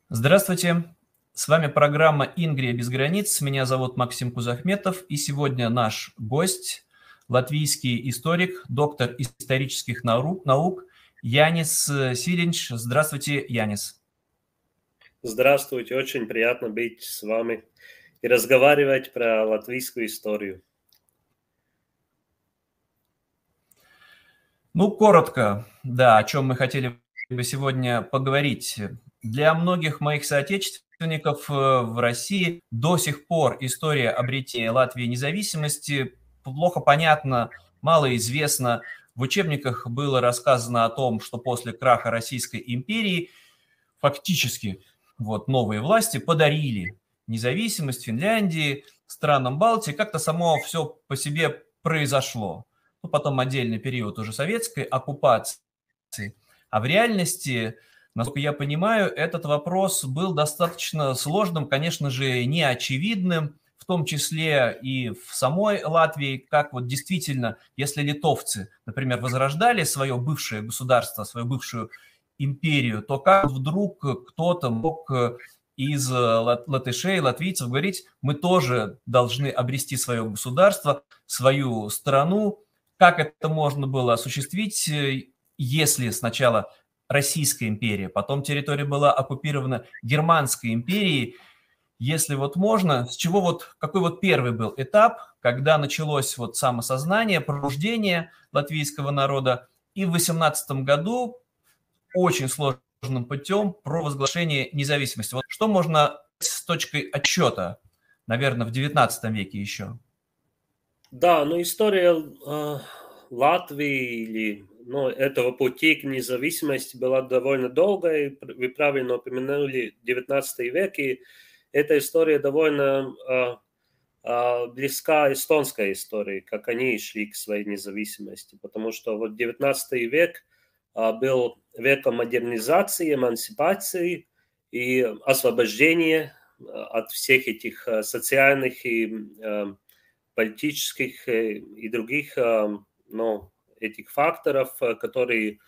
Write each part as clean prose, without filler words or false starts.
Здравствуйте! С вами программа «Ингрия без границ». Меня зовут Максим Кузахметов, и сегодня наш гость – латвийский историк, доктор исторических наук Янис Силинч. Здравствуйте, Янис! Здравствуйте, очень приятно быть с вами и разговаривать про латвийскую историю. Ну, коротко, да, о чем мы хотели бы сегодня поговорить. Для многих моих соотечественников в России до сих пор история обретения Латвии независимости плохо понятна, мало известна. В учебниках было рассказано о том, что после краха Российской империи фактически новые власти подарили независимость Финляндии, странам Балтии. Как-то само все по себе произошло. Ну, потом отдельный период уже советской оккупации. А в реальности, насколько я понимаю, этот вопрос был достаточно сложным, конечно же, неочевидным, в том числе и в самой Латвии, как вот действительно, если литовцы, например, возрождали свое бывшее государство, свою бывшую империю, то как вдруг кто-то мог из латышей, латвийцев говорить, мы тоже должны обрести свое государство, свою страну. Как это можно было осуществить, если сначала Российская империя, потом территория была оккупирована Германской империей? Если можно, с чего какой первый был этап, когда началось самосознание, пробуждение латвийского народа, и в 18 году очень сложным путем провозглашение независимости. Что можно с точкой отсчета, наверное, в 19 веке еще? Да, история Латвии или этого пути к независимости была довольно долгая. Вы правильно упомянули 19 век, и эта история довольно близка эстонской истории, как они шли к своей независимости, потому что 19 век был веком модернизации, эмансипации и освобождения от всех этих социальных и политических и других этих факторов, которые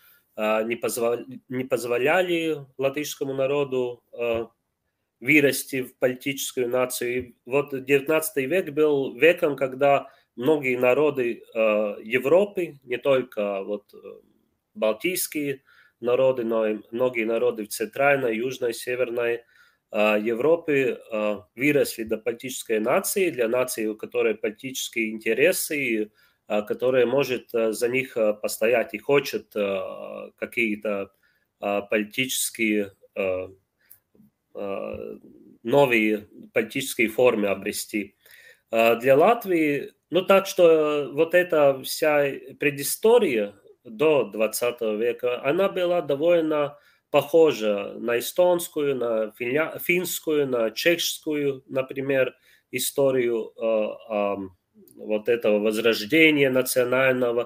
не позволяли латышскому народу вырасти в политическую нацию. И 19 век был веком, когда многие народы Европы, не только балтийские народы, но и многие народы в Центральной, Южной, Северной Европы выросли до политической нации, для нации, у которой политические интересы, и которая может за них постоять и хочет какие-то политические новые политические формы обрести. Для Латвии, так что эта вся предыстория до 20 века, она была довольно похожа на эстонскую, на финскую, на чешскую, например, историю этого возрождения национального.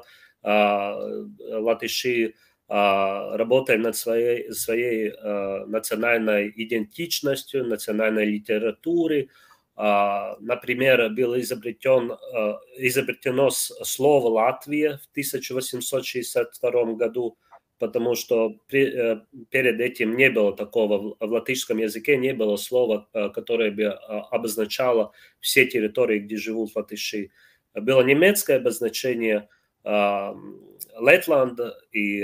Латыши работая над своей национальной идентичностью, национальной литературой. Например, было изобретено слово «Латвия» в 1862 году, потому что перед этим не было такого, в латышском языке не было слова, которое бы обозначало все территории, где живут латыши. Было немецкое обозначение Летланд и,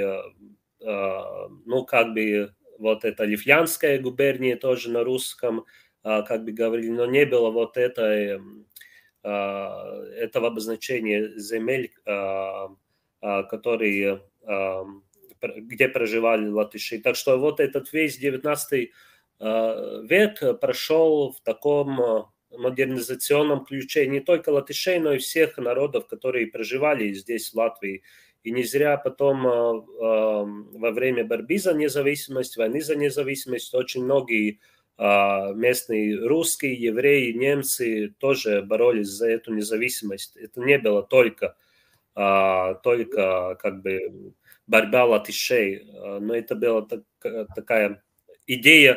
это Лифляндская губерния тоже на русском, как бы говорили, но не было этого обозначения земель, которые, где проживали латыши. Так что этот весь 19 век прошел в таком модернизационном ключе не только латышей, но и всех народов, которые проживали здесь, в Латвии. И не зря потом во время борьбы за независимость, войны за независимость, очень многие местные русские, евреи, немцы тоже боролись за эту независимость. Это не было только как бы борьба латышей, но это была такая идея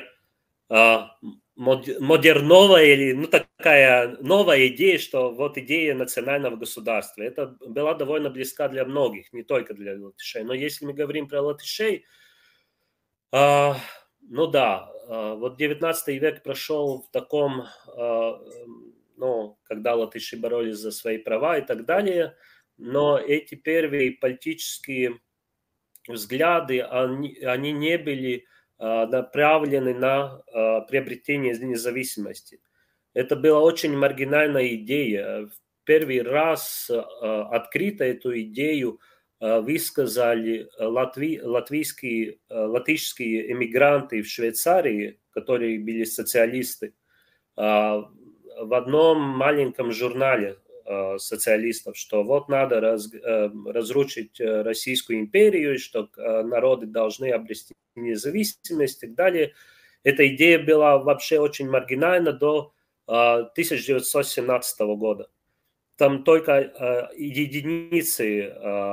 модерновая или такая новая идея, что идея национального государства. Это была довольно близка для многих, не только для латышей. Но если мы говорим про латышей, вот 19 век прошел в таком, ну, когда латыши боролись за свои права и так далее, но эти первые политические взгляды, они не были направлены на приобретение независимости. Это была очень маргинальная идея. В первый раз открыто эту идею высказали латышские эмигранты в Швейцарии, которые были социалисты, в одном маленьком журнале социалистов, что вот надо разрушить Российскую империю, что народы должны обрести независимость и так далее. Эта идея была вообще очень маргинальна до 1917 года. Там только единицы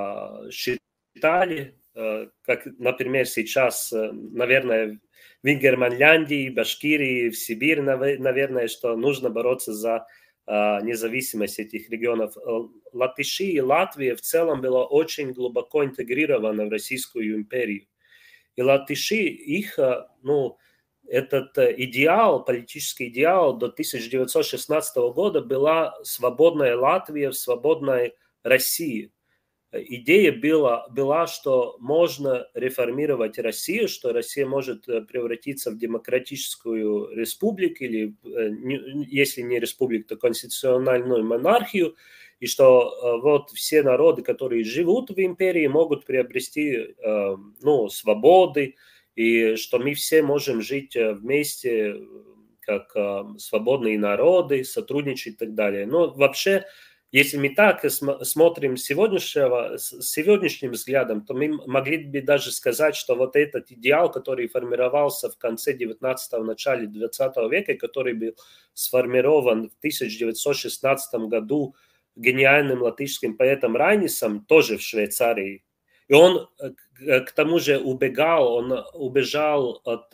считали, как, например, сейчас, наверное, в Ингерманляндии, Башкирии, в Сибири, наверное, что нужно бороться за независимость этих регионов. Латыши и Латвия в целом была очень глубоко интегрирована в Российскую империю. И латыши, их, ну, этот идеал, политический идеал до 1916 года была свободная Латвия в свободной России. Идея была, что можно реформировать Россию, что Россия может превратиться в демократическую республику, или, если не республику, то конституциональную монархию, и что вот все народы, которые живут в империи, могут приобрести ну, свободы, и что мы все можем жить вместе как свободные народы, сотрудничать и так далее. Но вообще, если мы так смотрим с сегодняшним взглядом, то мы могли бы даже сказать, что вот этот идеал, который формировался в конце 19-го, начале 20 века, который был сформирован в 1916 году гениальным латышским поэтом Райнисом, тоже в Швейцарии, и он к тому же он убежал от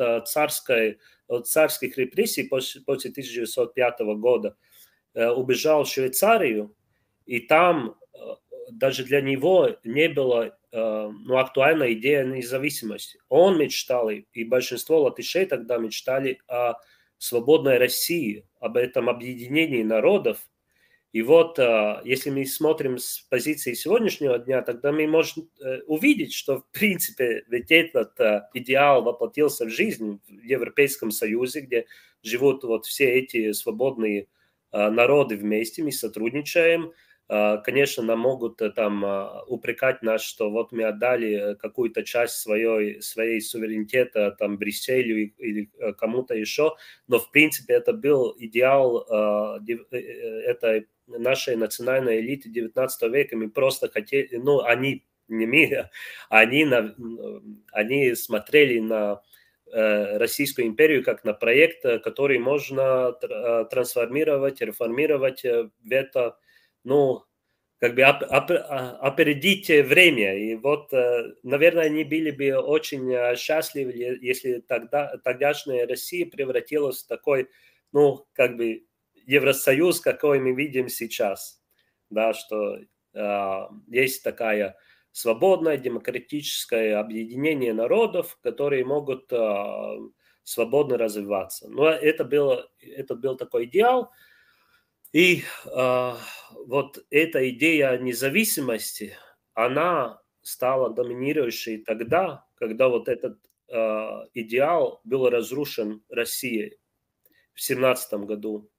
царских репрессий после 1905 года, убежал в Швейцарию, и там даже для него не было ну, актуальной идея независимости. Он мечтал, и большинство латышей тогда мечтали о свободной России, об этом объединении народов. И вот, если мы смотрим с позиции сегодняшнего дня, тогда мы можем увидеть, что, в принципе, ведь этот идеал воплотился в жизнь в Европейском Союзе, где живут вот все эти свободные народы вместе, мы сотрудничаем. Конечно, нам могут там упрекать нас, что вот мы отдали какую-то часть своей суверенитета там Брюсселю или кому-то еще, но в принципе это был идеал этой нашей национальной элиты 19 века. Мы просто хотели, ну, они, не мы, они смотрели на Российскую империю как на проект, который можно трансформировать, реформировать в это, ну, как бы опередить время. И вот, наверное, они были бы очень счастливы, если тогдашняя Россия превратилась в такой, ну, как бы Евросоюз, какой мы видим сейчас. Да, что есть такая свободное демократическое объединение народов, которые могут свободно развиваться. Но это был такой идеал. И вот эта идея независимости, она стала доминирующей тогда, когда вот этот идеал был разрушен Россией в 17 году.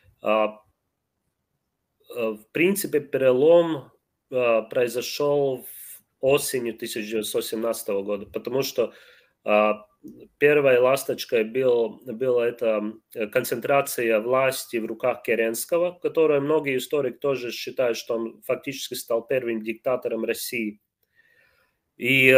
В принципе, перелом произошел осенью 1917 года, потому что первой ласточкой была эта концентрация власти в руках Керенского, которую многие историки тоже считают, что он фактически стал первым диктатором России. И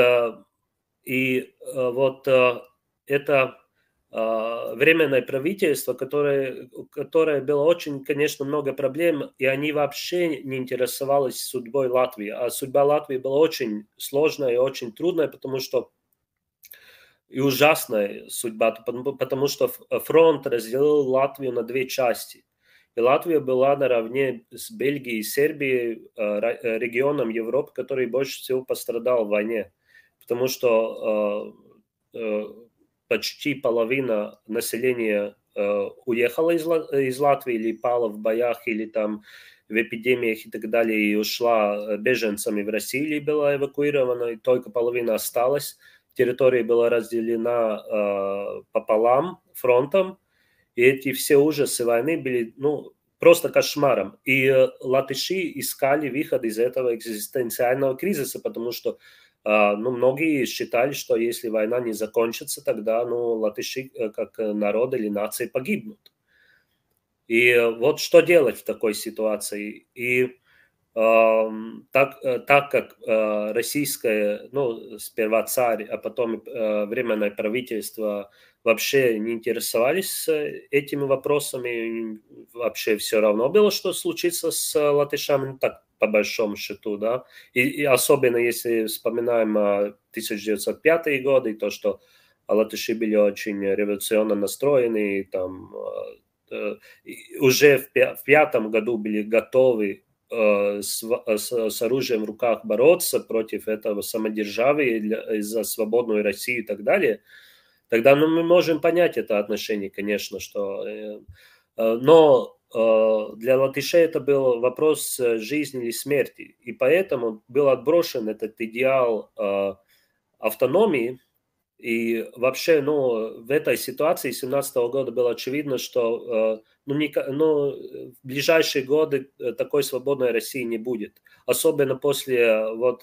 вот это временное правительство, которое было очень, конечно, много проблем, и они вообще не интересовались судьбой Латвии. А судьба Латвии была очень сложная и очень трудная, потому что и ужасная судьба, потому что фронт разделил Латвию на две части. И Латвия была наравне с Бельгией и Сербией регионом Европы, который больше всего пострадал в войне. Потому что почти половина населения уехала из Латвии или пала в боях, или там в эпидемиях и так далее, и ушла беженцами в Россию, или была эвакуирована, и только половина осталась. Территория была разделена пополам фронтом, и эти все ужасы войны были, ну, просто кошмаром. И латыши искали выход из этого экзистенциального кризиса, потому что ну, многие считали, что если война не закончится, тогда ну, латыши как народ или нация погибнут. И вот что делать в такой ситуации? И так как российское, ну, сперва царь, а потом временное правительство вообще не интересовались этими вопросами, вообще все равно было, что случится с латышами, ну, так, по большому счету, да, и особенно если вспоминаем 1905 годы, то, что латыши были очень революционно настроены, и там уже в пятом году были готовы с оружием в руках бороться против этого самодержавия за свободную Россию и так далее, тогда ну, мы можем понять это отношение, конечно, что... но для латышей это был вопрос жизни или смерти, и поэтому был отброшен этот идеал автономии. И вообще, ну, в этой ситуации 2017 года было очевидно, что в ближайшие годы такой свободной России не будет. Особенно после вот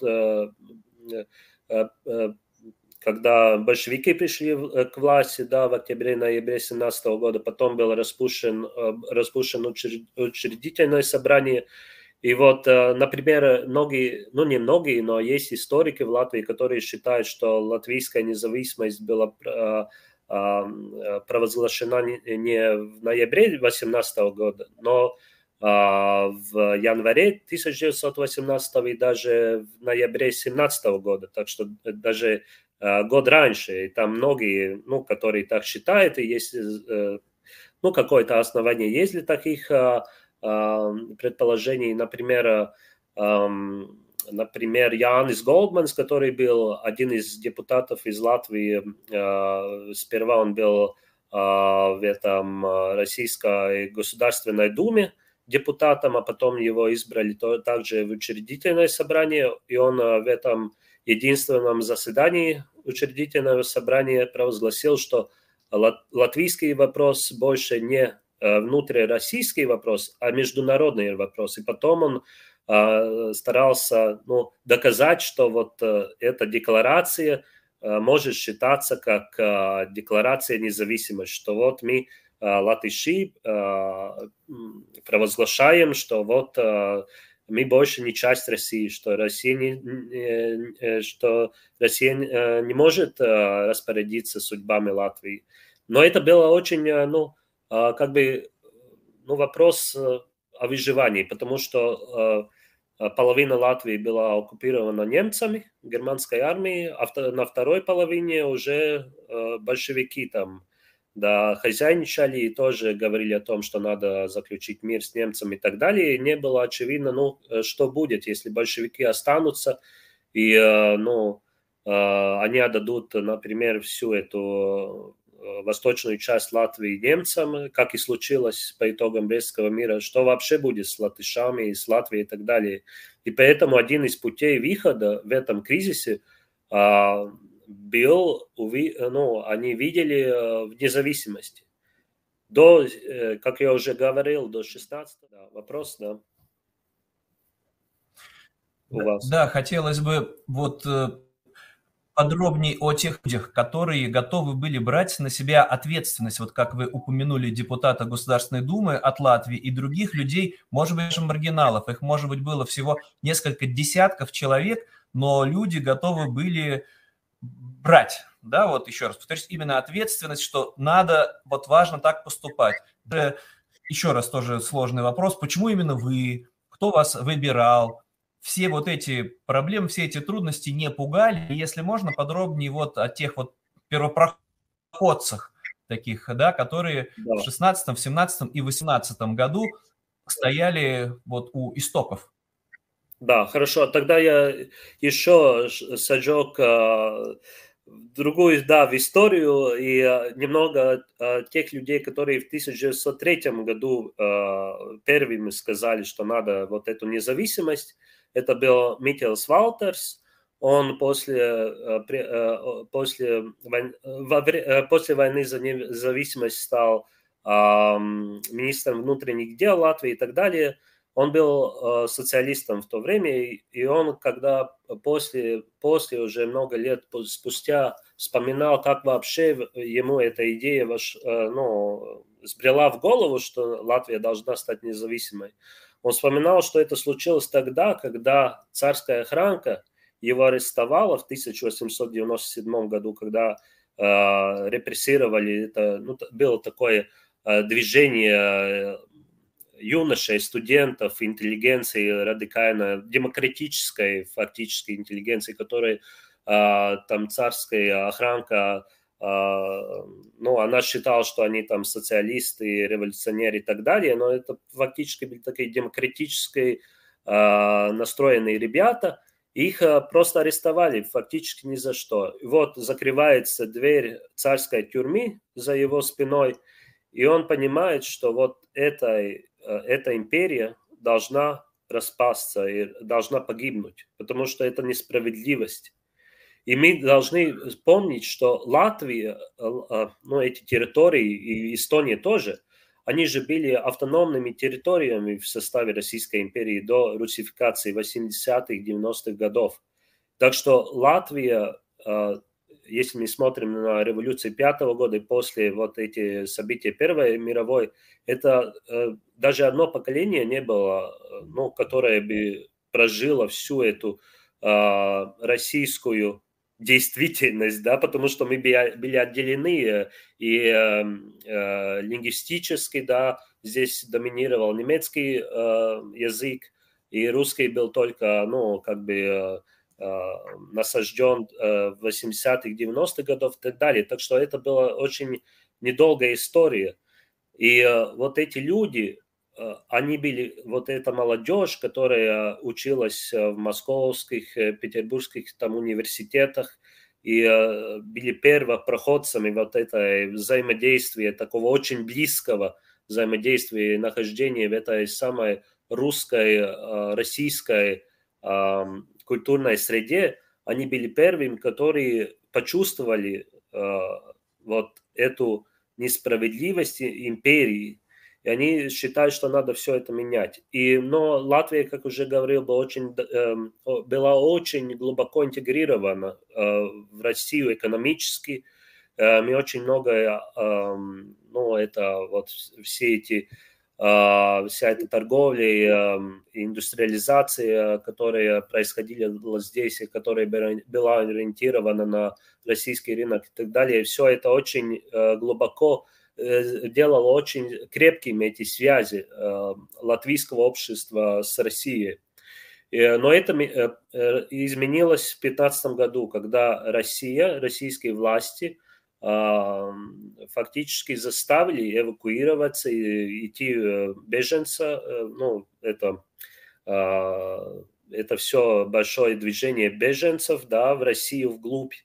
когда большевики пришли к власти, да, в октябре-ноябре 2017 года, потом было распущено учредительное собрание. И вот, например, многие, ну не многие, но есть историки в Латвии, которые считают, что латвийская независимость была провозглашена не в ноябре 2018 года, но в январе 1918 и даже в ноябре 2017 года. Так что даже год раньше. И там многие, ну, которые так считают, и есть, ну, какое-то основание есть для таких предположений. Например, Янис Голдманс, который был один из депутатов из Латвии, сперва он был в этом Российской Государственной Думе депутатом, а потом его избрали также в учредительное собрание, и он в этом единственном заседании учредительного собрания провозгласил, что латвийский вопрос больше не внутрироссийский вопрос, а международный вопрос. И потом он старался доказать, что вот эта декларация может считаться как декларация независимости, что вот мы, латыши, провозглашаем, что вот мы больше не часть России, что Россия не может распорядиться судьбами Латвии. Но это было очень, вопрос о выживании, потому что половина Латвии была оккупирована немцами, германской армией, а на второй половине уже большевики там хозяйничали и тоже говорили о том, что надо заключить мир с немцами и так далее. И не было очевидно, что будет, если большевики останутся и, они отдадут, например, всю эту восточную часть Латвии немцам, как и случилось по итогам Брестского мира, что вообще будет с латышами, с Латвией и так далее. И поэтому один из путей выхода в этом кризисе был, они видели в независимости. Как я уже говорил, до 16-го. Да, вопрос, да. У вас. Да, хотелось бы вот подробнее о тех людях, которые готовы были брать на себя ответственность, вот как вы упомянули депутата Государственной Думы от Латвии и других людей, может быть, даже маргиналов, их, может быть, было всего несколько десятков человек, но люди готовы были брать, да, вот еще раз повторюсь, именно ответственность, что надо, вот важно так поступать. Еще раз тоже сложный вопрос, почему именно вы, кто вас выбирал? Все вот эти проблемы, все эти трудности не пугали. Если можно, подробнее вот о тех вот первопроходцах таких, да, которые в 16, 17 и 18 году стояли вот у истоков. Да, хорошо. Тогда я еще сожег другую, да, в историю, и немного тех людей, которые в 1903 году первыми сказали, что надо вот эту независимость, это был Микелс Валтерс. Он после войны за независимость стал министром внутренних дел Латвии и так далее. Он был социалистом в то время, и он, когда после уже много лет спустя вспоминал, как вообще ему эта идея сбрела в голову, что Латвия должна стать независимой. Он вспоминал, что это случилось тогда, когда царская охранка его арестовала в 1897 году, когда репрессировали, было такое движение юношей, студентов, интеллигенции радикально демократической фактически интеллигенции, которой там царская охранка, она считала, что они там социалисты, революционеры и так далее, но это фактически были такие демократически настроенные ребята. Их просто арестовали фактически ни за что. И вот закрывается дверь царской тюрьмы за его спиной, и он понимает, что вот эта империя должна распасться и должна погибнуть, потому что это несправедливость. И мы должны помнить, что Латвия, эти территории, и Эстония тоже, они же были автономными территориями в составе Российской империи до русификации 80-х, 90-х годов. Так что Латвия, если мы смотрим на революцию 5-го года и после вот эти события Первой мировой, это даже одно поколение не было, которое бы прожило всю эту российскую действительность, да, потому что мы были отделены и лингвистически, да, здесь доминировал немецкий язык, и русский был только, насажден в 80-х, 90-х годах и так далее. Так что это была очень недолгая история. И вот эти люди, они были, вот эта молодежь, которая училась в московских, петербургских там университетах, и были первопроходцами вот это взаимодействия, такого очень близкого взаимодействия и нахождения в этой самой русской, российской культурной среде, они были первыми, которые почувствовали вот эту несправедливость империи, и они считают, что надо все это менять. Но Латвия, как уже говорил, была очень глубоко интегрирована в Россию экономически. Мы очень много, это вот все эти вся эта торговля и индустриализация, которая происходила здесь, и которая была ориентирована на российский рынок и так далее, все это очень глубоко делало очень крепкими эти связи латвийского общества с Россией. Но это изменилось в 2015 году, когда российские власти фактически заставили эвакуироваться и идти беженца. Это все большое движение беженцев, да, в Россию вглубь.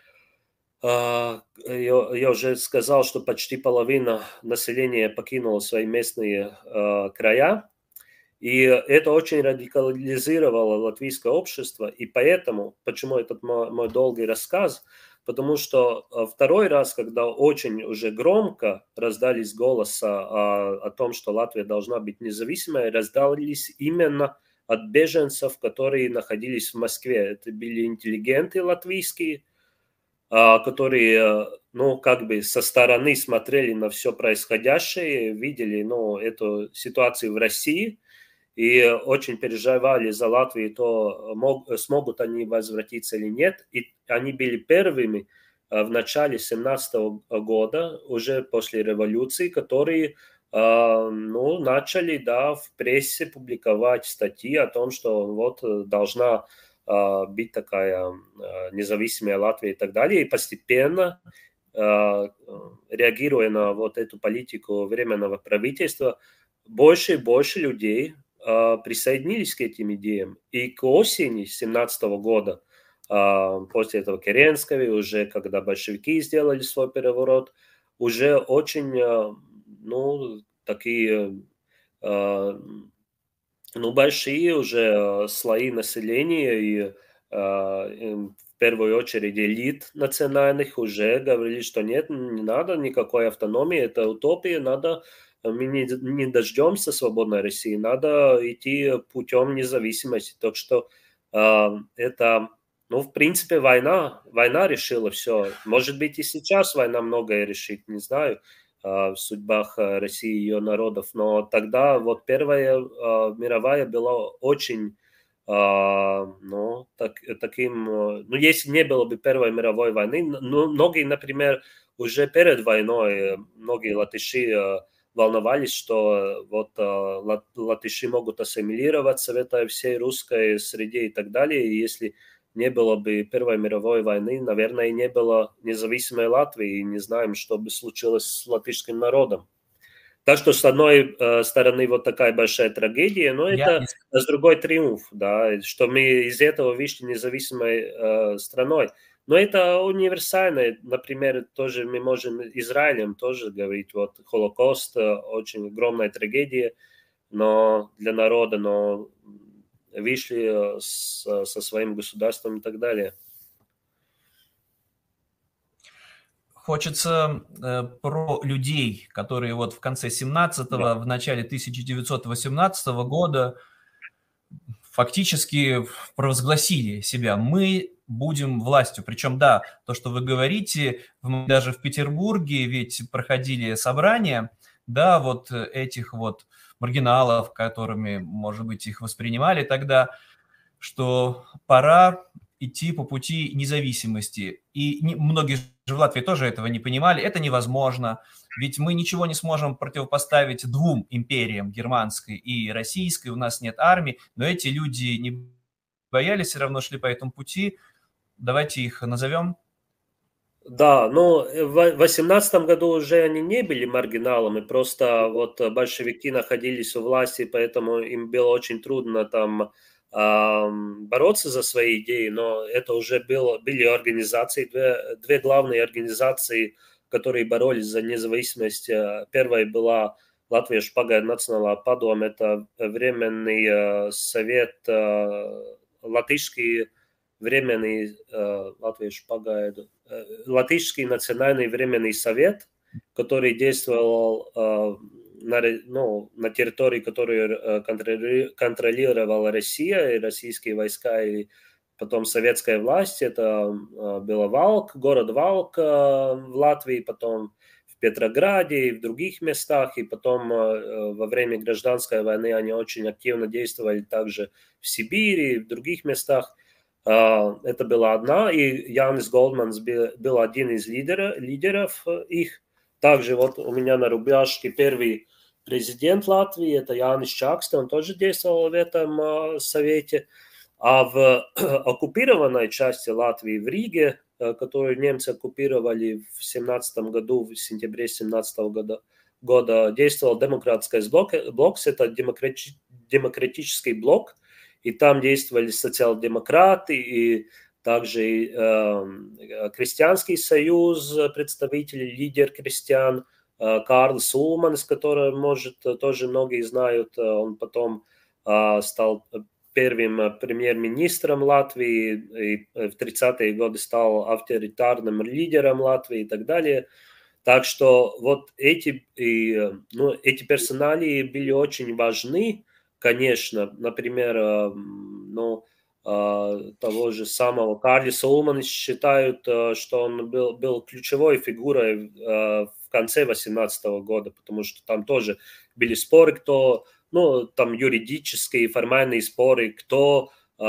Я уже сказал, что почти половина населения покинула свои местные края. И это очень радикализировало латвийское общество. И поэтому, почему этот мой долгий рассказ, потому что второй раз, когда очень уже громко раздались голоса о том, что Латвия должна быть независимой, раздались именно от беженцев, которые находились в Москве. Это были интеллигенты латвийские, которые, со стороны смотрели на все происходящее, видели, эту ситуацию в России и очень переживали за Латвию, смогут они возвратиться или нет. И они были первыми в начале 2017 года, уже после революции, которые начали, да, в прессе публиковать статьи о том, что вот должна быть такая независимая Латвия и так далее. И постепенно, реагируя на вот эту политику временного правительства, больше и больше людей присоединились к этим идеям. И к осени 2017 года после этого Керенского, и уже когда большевики сделали свой переворот, уже очень, ну, такие, ну, большие уже слои населения и в первую очередь элит национальных уже говорили, что нет, не надо никакой автономии, это утопия, надо, мы не дождемся свободной России, надо идти путем независимости. Так что это, ну, в принципе, война решила все. Может быть, и сейчас война многое решит, не знаю, в судьбах России и ее народов. Но тогда вот Первая мировая была очень, ну, таким, ну, если не было бы Первой мировой войны, ну, многие, например, уже перед войной, многие латыши волновались, что вот латыши могут ассимилироваться в этой всей русской среде и так далее, и если не было бы Первой мировой войны, наверное, и не было независимой Латвии, и не знаем, что бы случилось с латышским народом. Так что, с одной стороны, вот такая большая трагедия, но Я это, с другой, триумф, да, что мы из этого вышли независимой страной. Но это универсально. Например, тоже мы можем Израилем тоже говорить, вот Холокост, очень огромная трагедия, но для народа, но вышли со своим государством и так далее. Хочется про людей, которые вот в конце 17-го, Да. в начале 1918 года фактически провозгласили себя. Мы будем властью. Причем, да, то, что вы говорите, даже в Петербурге ведь проходили собрания, да, вот этих вот маргиналов, которыми, может быть, их воспринимали тогда, что пора идти по пути независимости. И многие же в Латвии тоже этого не понимали. Это невозможно, ведь мы ничего не сможем противопоставить двум империям, германской и российской. У нас нет армии, но эти люди не боялись, все равно шли по этому пути. Давайте их назовем. Да, но в 18 году уже они не были маргиналами, просто вот большевики находились у власти, поэтому им было очень трудно там бороться за свои идеи, но это уже были организации, две главные организации, которые боролись за независимость. Первая была Latviešu pagaidu Nacionālā padome, это временный совет, латышский временный Latviešu pagaidu, Латышский национальный временный совет, который действовал на территории, которую контролировала Россия и российские войска, и потом советская власть. Это было Валк, город Валк в Латвии, потом в Петрограде и в других местах, и потом во время гражданской войны они очень активно действовали также в Сибири и в других местах. Это была одна, и Янис Голдманс был один из лидеров их. Также вот у меня на рубашке первый президент Латвии, это Янис Чакste, он тоже действовал в этом совете. А в оккупированной части Латвии, в Риге, которую немцы оккупировали в 17 году, в сентябре 17 года, действовал демократский блок, это демократический блок, и там действовали социал-демократы, и также Крестьянский союз, представители, лидер крестьян, Карлс Улманс, которого, может, тоже многие знают, он потом стал первым премьер-министром Латвии, и в 30-е годы стал авторитарным лидером Латвии и так далее. Так что вот эти персоналии были очень важны, конечно. Например, того же самого Карлиса Улмана считают, что он был ключевой фигурой в конце 18 года, потому что там тоже были споры, там юридические и формальные споры, кто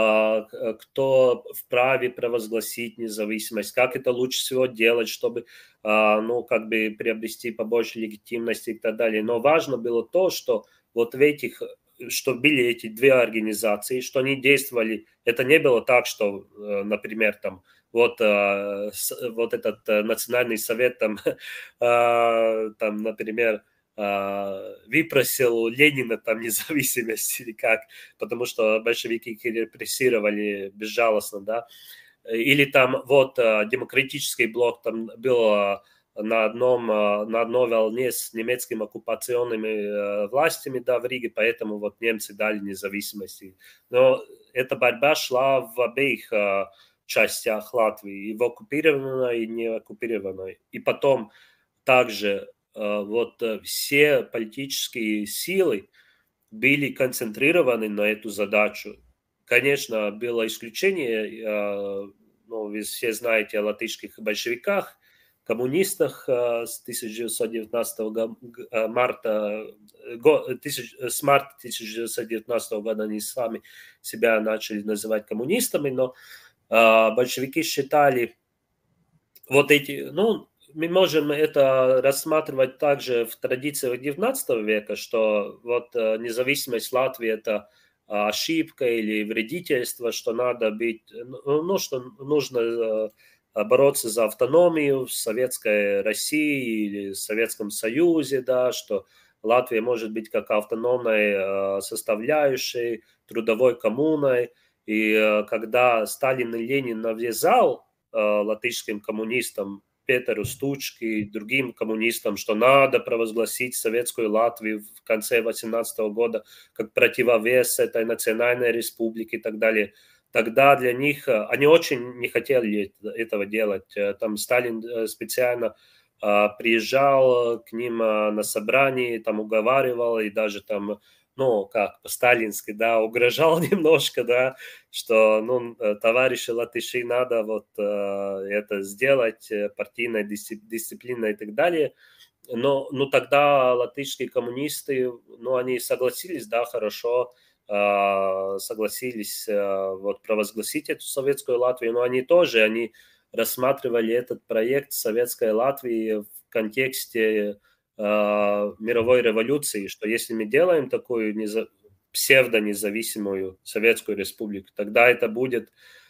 вправе провозгласить независимость, как это лучше всего делать, чтобы приобрести побольше легитимности и так далее. Но важно было то, что вот что были эти две организации, что они действовали. Это не было так, что, например, там вот этот национальный совет например, выпросил у Ленина там независимость или как, потому что большевики их репрессировали безжалостно, да. или там вот демократический блок там был на одной волне с немецкими оккупационными властями, да, в Риге, поэтому вот немцы дали независимость. Но эта борьба шла в обеих частях Латвии, и в оккупированной, и не оккупированной. И потом также вот все политические силы были концентрированы на эту задачу. Конечно, было исключение, ну, вы все знаете о латышских большевиках, коммунистах с 1919 марта, с марта 1919 года они сами себя начали называть коммунистами, но большевики считали вот эти, ну, мы можем это рассматривать также в традициях XIX века, что вот независимость Латвии – это ошибка или вредительство, что надо быть, ну, что нужно бороться за автономию в Советской России или в Советском Союзе, да, что Латвия может быть как автономной составляющей, трудовой коммуной. И когда Сталин и Ленин навязал латышским коммунистам, Петеру Стучки и другим коммунистам, что надо провозгласить советскую Латвию в конце 18 года как противовес этой национальной республике и так далее. Тогда для них, они очень не хотели этого делать. Там Сталин специально приезжал к ним на собрание, там уговаривал и даже там, ну, как по-сталински, да, угрожал немножко, да, что, ну, товарищи латыши, надо вот это сделать, партийная дисциплина и так далее. Но тогда латышские коммунисты, ну, они согласились, да, хорошо, согласились вот провозгласить эту советскую Латвию, но они рассматривали этот проект советской Латвии в контексте мировой революции, что если мы делаем такую псевдонезависимую Советскую Республику, тогда это будет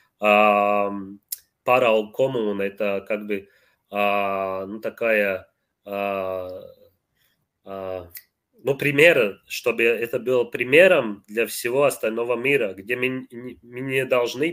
паралкоммун, это как бы ну, такая ну, пример, чтобы это был примером для всего остального мира, где мы не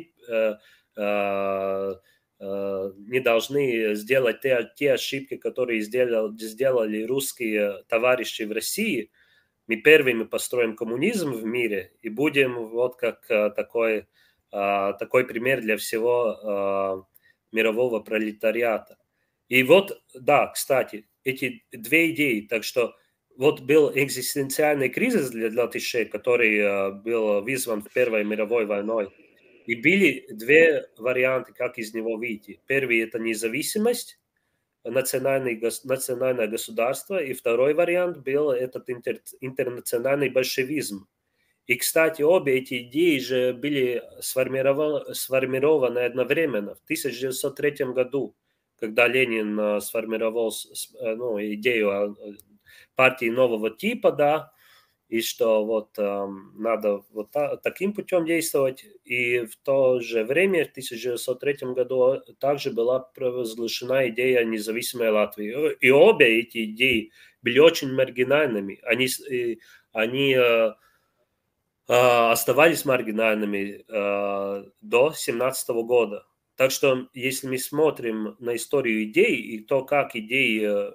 должны сделать те ошибки, которые сделали русские товарищи в России. Мы первыми построим коммунизм в мире и будем вот как такой пример для всего мирового пролетариата. И вот, да, кстати, эти две идеи, так что вот был экзистенциальный кризис для латышей, который был вызван Первой мировой войной. И были две варианты, как из него выйти. Первый – это независимость, национальное государство, и второй вариант был этот интернациональный большевизм. И, кстати, обе эти идеи же были сформированы одновременно в 1903 году, когда Ленин сформировал идею партии нового типа, да, и что вот надо вот таким путем действовать. И в то же время, в 1903 году, также была провозглашена идея независимой Латвии. И обе эти идеи были очень маргинальными. Они оставались маргинальными до 1917 года. Так что, если мы смотрим на историю идей и то, как идеи,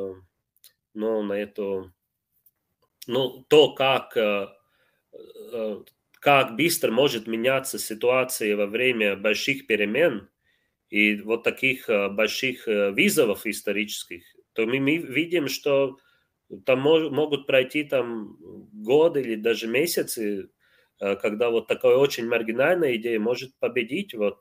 как быстро может меняться ситуация во время больших перемен и вот таких больших вызовов исторических, то мы видим, что там могут пройти там годы или даже месяцы, когда вот такая очень маргинальная идея может победить вот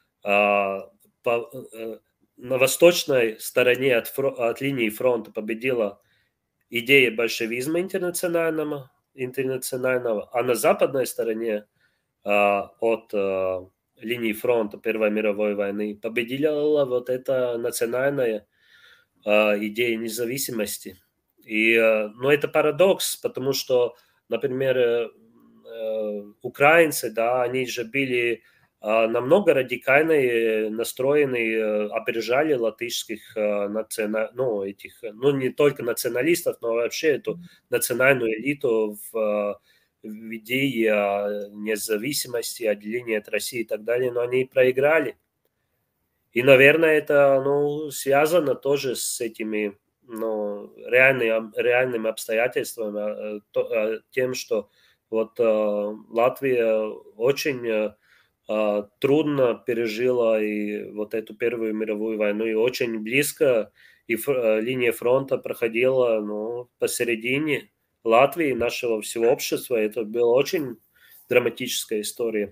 на восточной стороне от линии фронта победила идея большевизма интернационального, а на западной стороне от линии фронта Первой мировой войны победила вот эта национальная идея независимости. Но это парадокс, потому что, например, украинцы, да, они же были намного радикально настроены, опережали латышских не только националистов, но вообще эту национальную элиту в идеи независимости, отделения от России и так далее, но они проиграли. И, наверное, это связано тоже с этими реальными обстоятельствами, тем, что вот Латвия очень трудно пережила и вот эту Первую мировую войну, и очень близко, и линия фронта проходила посередине Латвии, нашего всего общества. Это была очень драматическая история.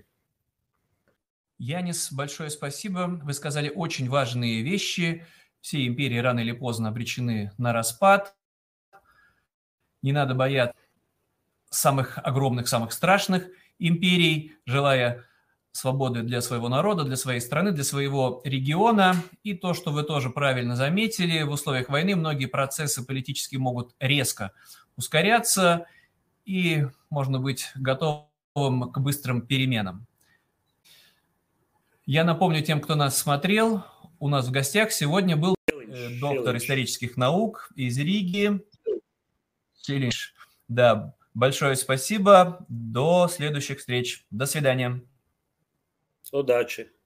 Янис, большое спасибо. Вы сказали очень важные вещи. Все империи рано или поздно обречены на распад. Не надо бояться самых огромных, самых страшных империй, желая свободы для своего народа, для своей страны, для своего региона. И то, что вы тоже правильно заметили, в условиях войны многие процессы политические могут резко ускоряться, и можно быть готовым к быстрым переменам. Я напомню тем, кто нас смотрел, у нас в гостях сегодня был доктор исторических наук из Риги. Челлендж. Да, большое спасибо. До следующих встреч. До свидания. Удачи.